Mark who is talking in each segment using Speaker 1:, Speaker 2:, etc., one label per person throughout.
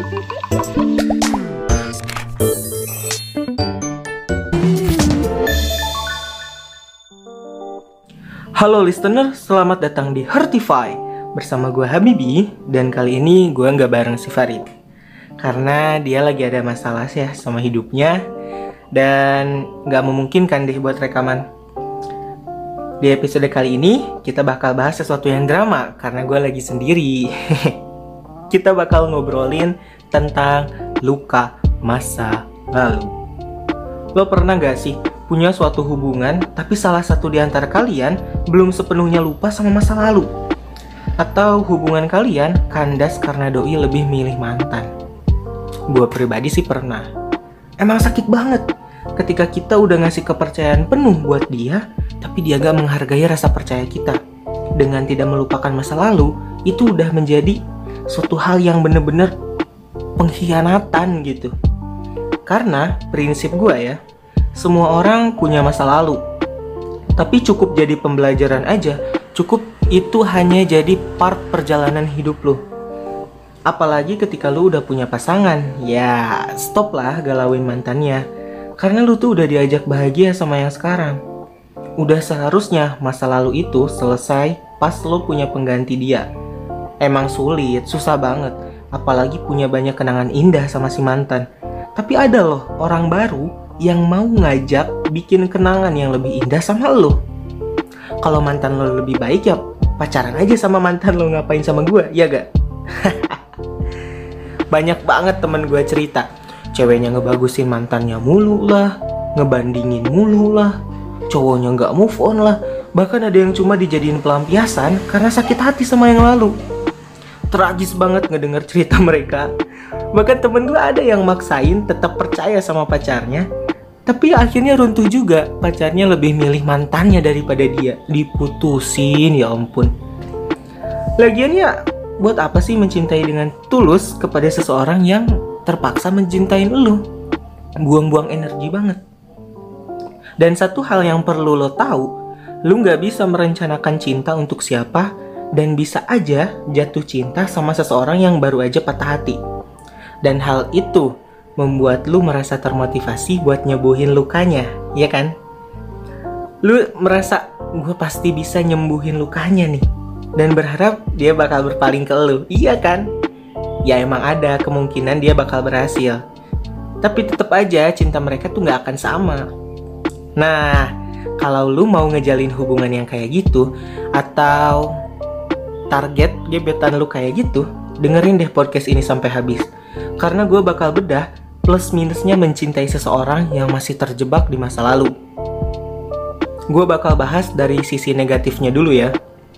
Speaker 1: Halo listener, selamat datang di Heartify. Bersama gue Habibi, dan kali ini gue nggak bareng si Farid. Karena dia lagi ada masalah sih ya sama hidupnya, dan nggak memungkinkan deh buat rekaman. Di episode kali ini, kita bakal bahas sesuatu yang drama, karena gue lagi sendiri. Kita bakal ngobrolin tentang luka masa lalu. Lo pernah gak sih punya suatu hubungan, tapi salah satu di antara kalian belum sepenuhnya lupa sama masa lalu? Atau hubungan kalian kandas karena doi lebih milih mantan? Gue pribadi sih pernah. Emang sakit banget ketika kita udah ngasih kepercayaan penuh buat dia, tapi dia gak menghargai rasa percaya kita. Dengan tidak melupakan masa lalu, itu udah menjadi suatu hal yang bener-bener pengkhianatan gitu. Karena prinsip gue ya, semua orang punya masa lalu, tapi cukup jadi pembelajaran aja. Cukup itu hanya jadi part perjalanan hidup lo. Apalagi ketika lo udah punya pasangan, ya stop lah galauin mantannya. Karena lo tuh udah diajak bahagia sama yang sekarang. Udah seharusnya masa lalu itu selesai pas lo punya pengganti dia. Emang sulit, susah banget, apalagi punya banyak kenangan indah sama si mantan. Tapi ada loh orang baru yang mau ngajak bikin kenangan yang lebih indah sama lo. Kalau mantan lo lebih baik ya pacaran aja sama mantan lo, ngapain sama gue, ya gak? Banyak banget temen gue cerita, ceweknya ngebagusin mantannya mulu lah, ngebandingin mulu lah, cowoknya gak move on lah. Bahkan ada yang cuma dijadiin pelampiasan karena sakit hati sama yang lalu. Tragis banget ngedenger cerita mereka. Bahkan temen gue ada yang maksain tetap percaya sama pacarnya, tapi akhirnya runtuh juga. Pacarnya lebih milih mantannya daripada dia. Diputusin, ya ampun. Lagian ya, buat apa sih mencintai dengan tulus kepada seseorang yang terpaksa mencintai lu? Buang-buang energi banget. Dan satu hal yang perlu lo tahu, lu gak bisa merencanakan cinta untuk siapa, dan bisa aja jatuh cinta sama seseorang yang baru aja patah hati. Dan hal itu membuat lu merasa termotivasi buat nyembuhin lukanya, ya kan? Lu merasa, gue pasti bisa nyembuhin lukanya nih, dan berharap dia bakal berpaling ke lu, iya kan? Ya emang ada kemungkinan dia bakal berhasil, tapi tetap aja cinta mereka tuh gak akan sama. Nah, kalau lu mau ngejalin hubungan yang kayak gitu, atau target gebetan lu kayak gitu, dengerin deh podcast ini sampai habis. Karena gue bakal bedah plus minusnya mencintai seseorang yang masih terjebak di masa lalu. Gue bakal bahas dari sisi negatifnya dulu ya.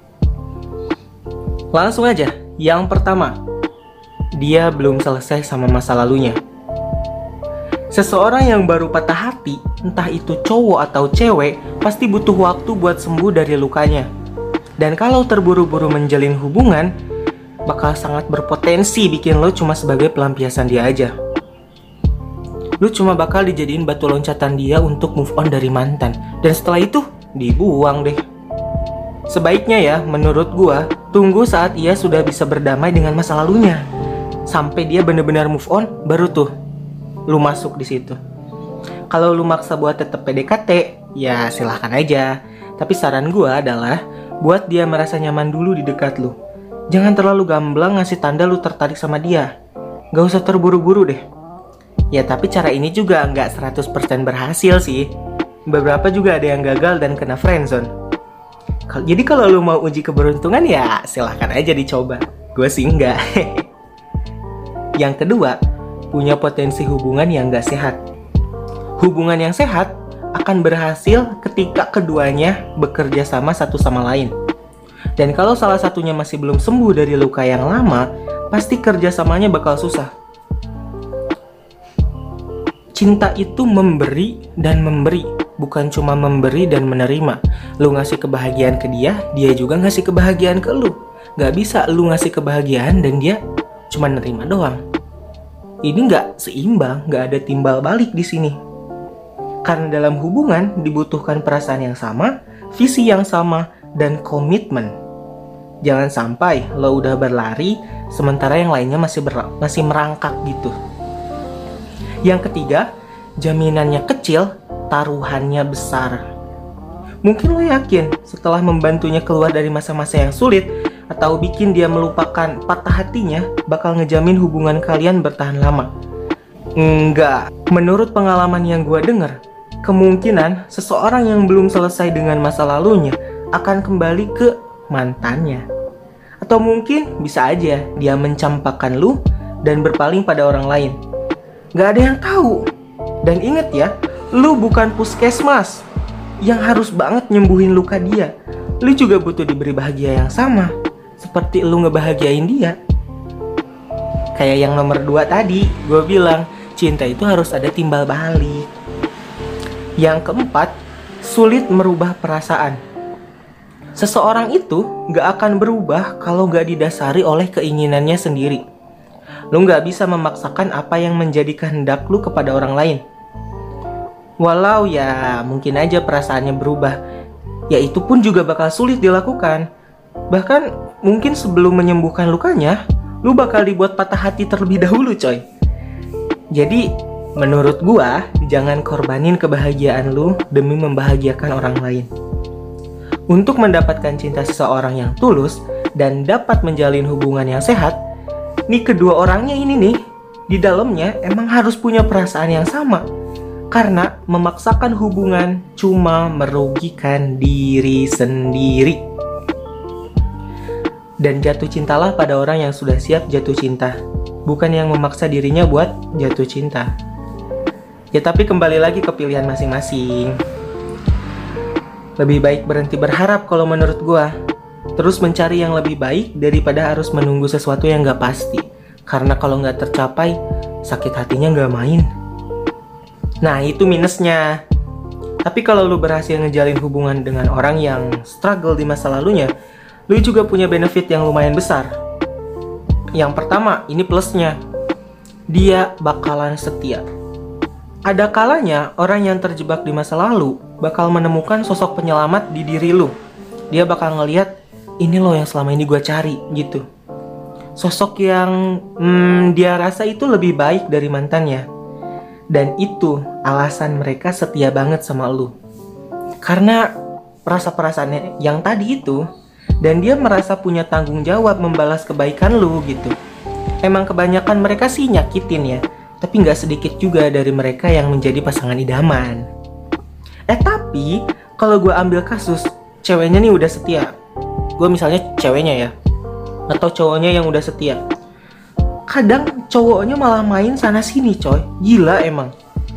Speaker 1: Langsung aja, yang pertama, dia belum selesai sama masa lalunya. Seseorang yang baru patah hati, entah itu cowok atau cewek, pasti butuh waktu buat sembuh dari lukanya. Dan kalau terburu-buru menjalin hubungan, bakal sangat berpotensi bikin lo cuma sebagai pelampiasan dia aja. Lo cuma bakal dijadiin batu loncatan dia untuk move on dari mantan, dan setelah itu dibuang deh. Sebaiknya ya, menurut gua, tunggu saat ia sudah bisa berdamai dengan masa lalunya. Sampai dia benar-benar move on, baru tuh lu masuk di situ. Kalau lu maksa buat tetap PDKT, ya silahkan aja. Tapi saran gua adalah buat dia merasa nyaman dulu di dekat lu. Jangan terlalu gamblang ngasih tanda lu tertarik sama dia. Gak usah terburu-buru deh. Ya tapi cara ini juga gak 100% berhasil sih. Beberapa juga ada yang gagal dan kena friendzone. Jadi kalau lu mau uji keberuntungan ya silahkan aja dicoba. Gue sih enggak. Yang kedua, punya potensi hubungan yang gak sehat. Hubungan yang sehat akan berhasil ketika keduanya bekerja sama satu sama lain. Dan kalau salah satunya masih belum sembuh dari luka yang lama, pasti kerjasamanya bakal susah. Cinta itu memberi dan memberi, bukan cuma memberi dan menerima. Lu ngasih kebahagiaan ke dia, dia juga ngasih kebahagiaan ke lu. Gak bisa lu ngasih kebahagiaan dan dia cuma nerima doang. Ini gak seimbang, gak ada timbal balik di sini. Karena dalam hubungan dibutuhkan perasaan yang sama, visi yang sama, dan komitmen. Jangan sampai lo udah berlari sementara yang lainnya masih merangkak gitu. Yang ketiga, jaminannya kecil, taruhannya besar. Mungkin lo yakin setelah membantunya keluar dari masa-masa yang sulit atau bikin dia melupakan patah hatinya bakal ngejamin hubungan kalian bertahan lama. Enggak. Menurut pengalaman yang gue denger, kemungkinan seseorang yang belum selesai dengan masa lalunya akan kembali ke mantannya. Atau mungkin bisa aja dia mencampakkan lu dan berpaling pada orang lain. Gak ada yang tahu. Dan inget ya, lu bukan puskesmas yang harus banget nyembuhin luka dia. Lu juga butuh diberi bahagia yang sama seperti lu ngebahagiain dia. Kayak yang nomor 2 tadi, gue bilang cinta itu harus ada timbal balik. Yang keempat, sulit merubah perasaan. Seseorang itu gak akan berubah kalau gak didasari oleh keinginannya sendiri. Lu gak bisa memaksakan apa yang menjadi kehendak lu kepada orang lain. Walau ya mungkin aja perasaannya berubah, ya itu pun juga bakal sulit dilakukan. Bahkan mungkin sebelum menyembuhkan lukanya, lu bakal dibuat patah hati terlebih dahulu coy. Jadi menurut gua, jangan korbanin kebahagiaan lu demi membahagiakan orang lain. Untuk mendapatkan cinta seseorang yang tulus dan dapat menjalin hubungan yang sehat, nih kedua orangnya ini nih, di dalamnya emang harus punya perasaan yang sama. Karena memaksakan hubungan cuma merugikan diri sendiri. Dan jatuh cintalah pada orang yang sudah siap jatuh cinta, bukan yang memaksa dirinya buat jatuh cinta. Ya tapi kembali lagi ke pilihan masing-masing. Lebih baik berhenti berharap kalau menurut gua. Terus mencari yang lebih baik daripada harus menunggu sesuatu yang gak pasti. Karena kalau gak tercapai, sakit hatinya gak main. Nah itu minusnya. Tapi kalau lu berhasil ngejalin hubungan dengan orang yang struggle di masa lalunya, lu juga punya benefit yang lumayan besar. Yang pertama, ini plusnya, dia bakalan setia. Ada kalanya orang yang terjebak di masa lalu bakal menemukan sosok penyelamat di diri lu. Dia bakal ngeliat, ini loh yang selama ini gue cari gitu. Sosok yang dia rasa itu lebih baik dari mantannya. Dan itu alasan mereka setia banget sama lu. Karena perasaan-perasaannya yang tadi itu, dan dia merasa punya tanggung jawab membalas kebaikan lu gitu. Emang kebanyakan mereka sih nyakitin ya, tapi gak sedikit juga dari mereka yang menjadi pasangan idaman. Tapi kalau gue ambil kasus ceweknya nih udah setia, gue misalnya ceweknya ya, atau cowoknya yang udah setia, kadang cowoknya malah main sana sini coy. Gila emang.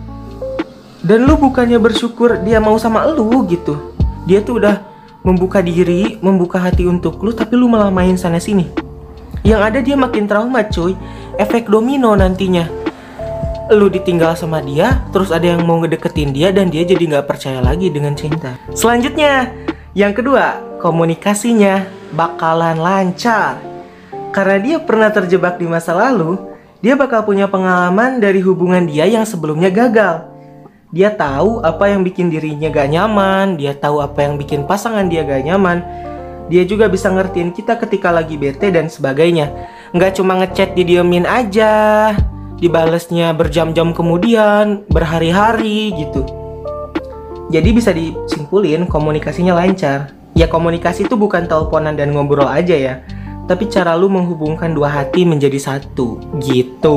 Speaker 1: Dan lu bukannya bersyukur dia mau sama lu gitu. Dia tuh udah membuka diri, membuka hati untuk lu, tapi lu malah main sana sini. Yang ada dia makin trauma cuy. Efek domino nantinya. Lu ditinggal sama dia, terus ada yang mau ngedeketin dia, dan dia jadi gak percaya lagi dengan cinta. Selanjutnya, yang kedua, komunikasinya bakalan lancar. Karena dia pernah terjebak di masa lalu, dia bakal punya pengalaman dari hubungan dia yang sebelumnya gagal. Dia tahu apa yang bikin dirinya gak nyaman, dia tahu apa yang bikin pasangan dia gak nyaman. Dia juga bisa ngertiin kita ketika lagi bete dan sebagainya. Nggak cuma ngechat didiemin aja, dibalesnya berjam-jam kemudian, berhari-hari gitu. Jadi bisa disimpulin komunikasinya lancar. Ya komunikasi itu bukan teleponan dan ngobrol aja ya, tapi cara lu menghubungkan dua hati menjadi satu, gitu.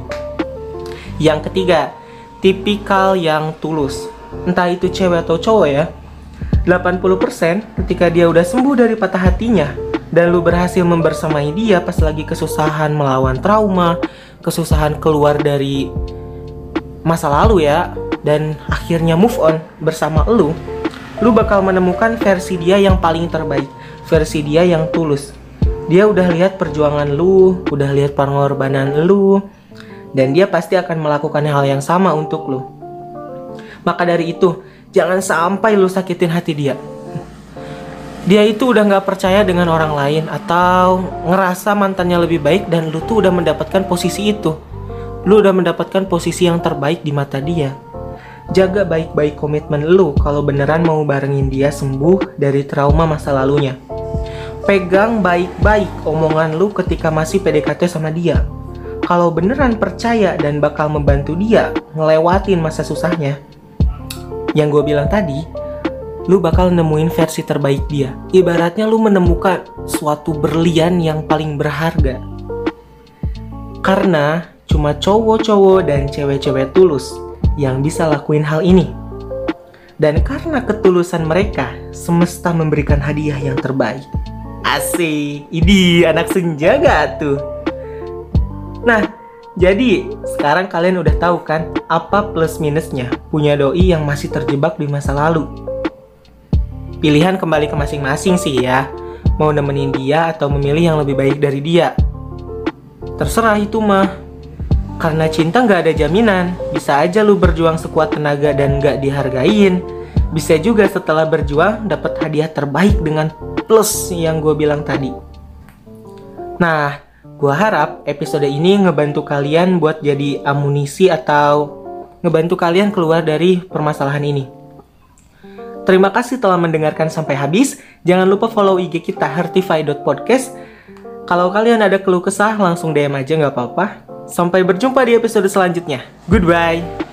Speaker 1: Yang ketiga, tipikal yang tulus. Entah itu cewek atau cowok ya, 80% ketika dia udah sembuh dari patah hatinya, dan lu berhasil membersamai dia pas lagi kesusahan melawan trauma, kesusahan keluar dari masa lalu ya, dan akhirnya move on bersama lu bakal menemukan versi dia yang paling terbaik, versi dia yang tulus. Dia udah lihat perjuangan lu, udah lihat pengorbanan lu, dan dia pasti akan melakukan hal yang sama untuk lu. Maka dari itu, jangan sampai lu sakitin hati dia. Dia itu udah gak percaya dengan orang lain, atau ngerasa mantannya lebih baik, dan lu tuh udah mendapatkan posisi itu. Lu udah mendapatkan posisi yang terbaik di mata dia. Jaga baik-baik komitmen lu kalau beneran mau barengin dia sembuh dari trauma masa lalunya. Pegang baik-baik omongan lu ketika masih PDKT sama dia. Kalau beneran percaya dan bakal membantu dia ngelewatin masa susahnya, yang gue bilang tadi, lu bakal nemuin versi terbaik dia. Ibaratnya lu menemukan suatu berlian yang paling berharga. Karena cuma cowok-cowok dan cewek-cewek tulus yang bisa lakuin hal ini. Dan karena ketulusan mereka, semesta memberikan hadiah yang terbaik. Asik, ini anak senja gak tuh? Nah, jadi sekarang kalian udah tahu kan apa plus minusnya punya doi yang masih terjebak di masa lalu. Pilihan kembali ke masing-masing sih ya, mau nemenin dia atau memilih yang lebih baik dari dia. Terserah itu mah. Karena cinta gak ada jaminan, bisa aja lu berjuang sekuat tenaga dan gak dihargain. Bisa juga setelah berjuang dapat hadiah terbaik dengan plus yang gue bilang tadi. Nah, gue harap episode ini ngebantu kalian buat jadi amunisi atau ngebantu kalian keluar dari permasalahan ini. Terima kasih telah mendengarkan sampai habis. Jangan lupa follow IG kita hertify.podcast. Kalau kalian ada keluh kesah langsung DM aja gak apa-apa. Sampai berjumpa di episode selanjutnya. Goodbye.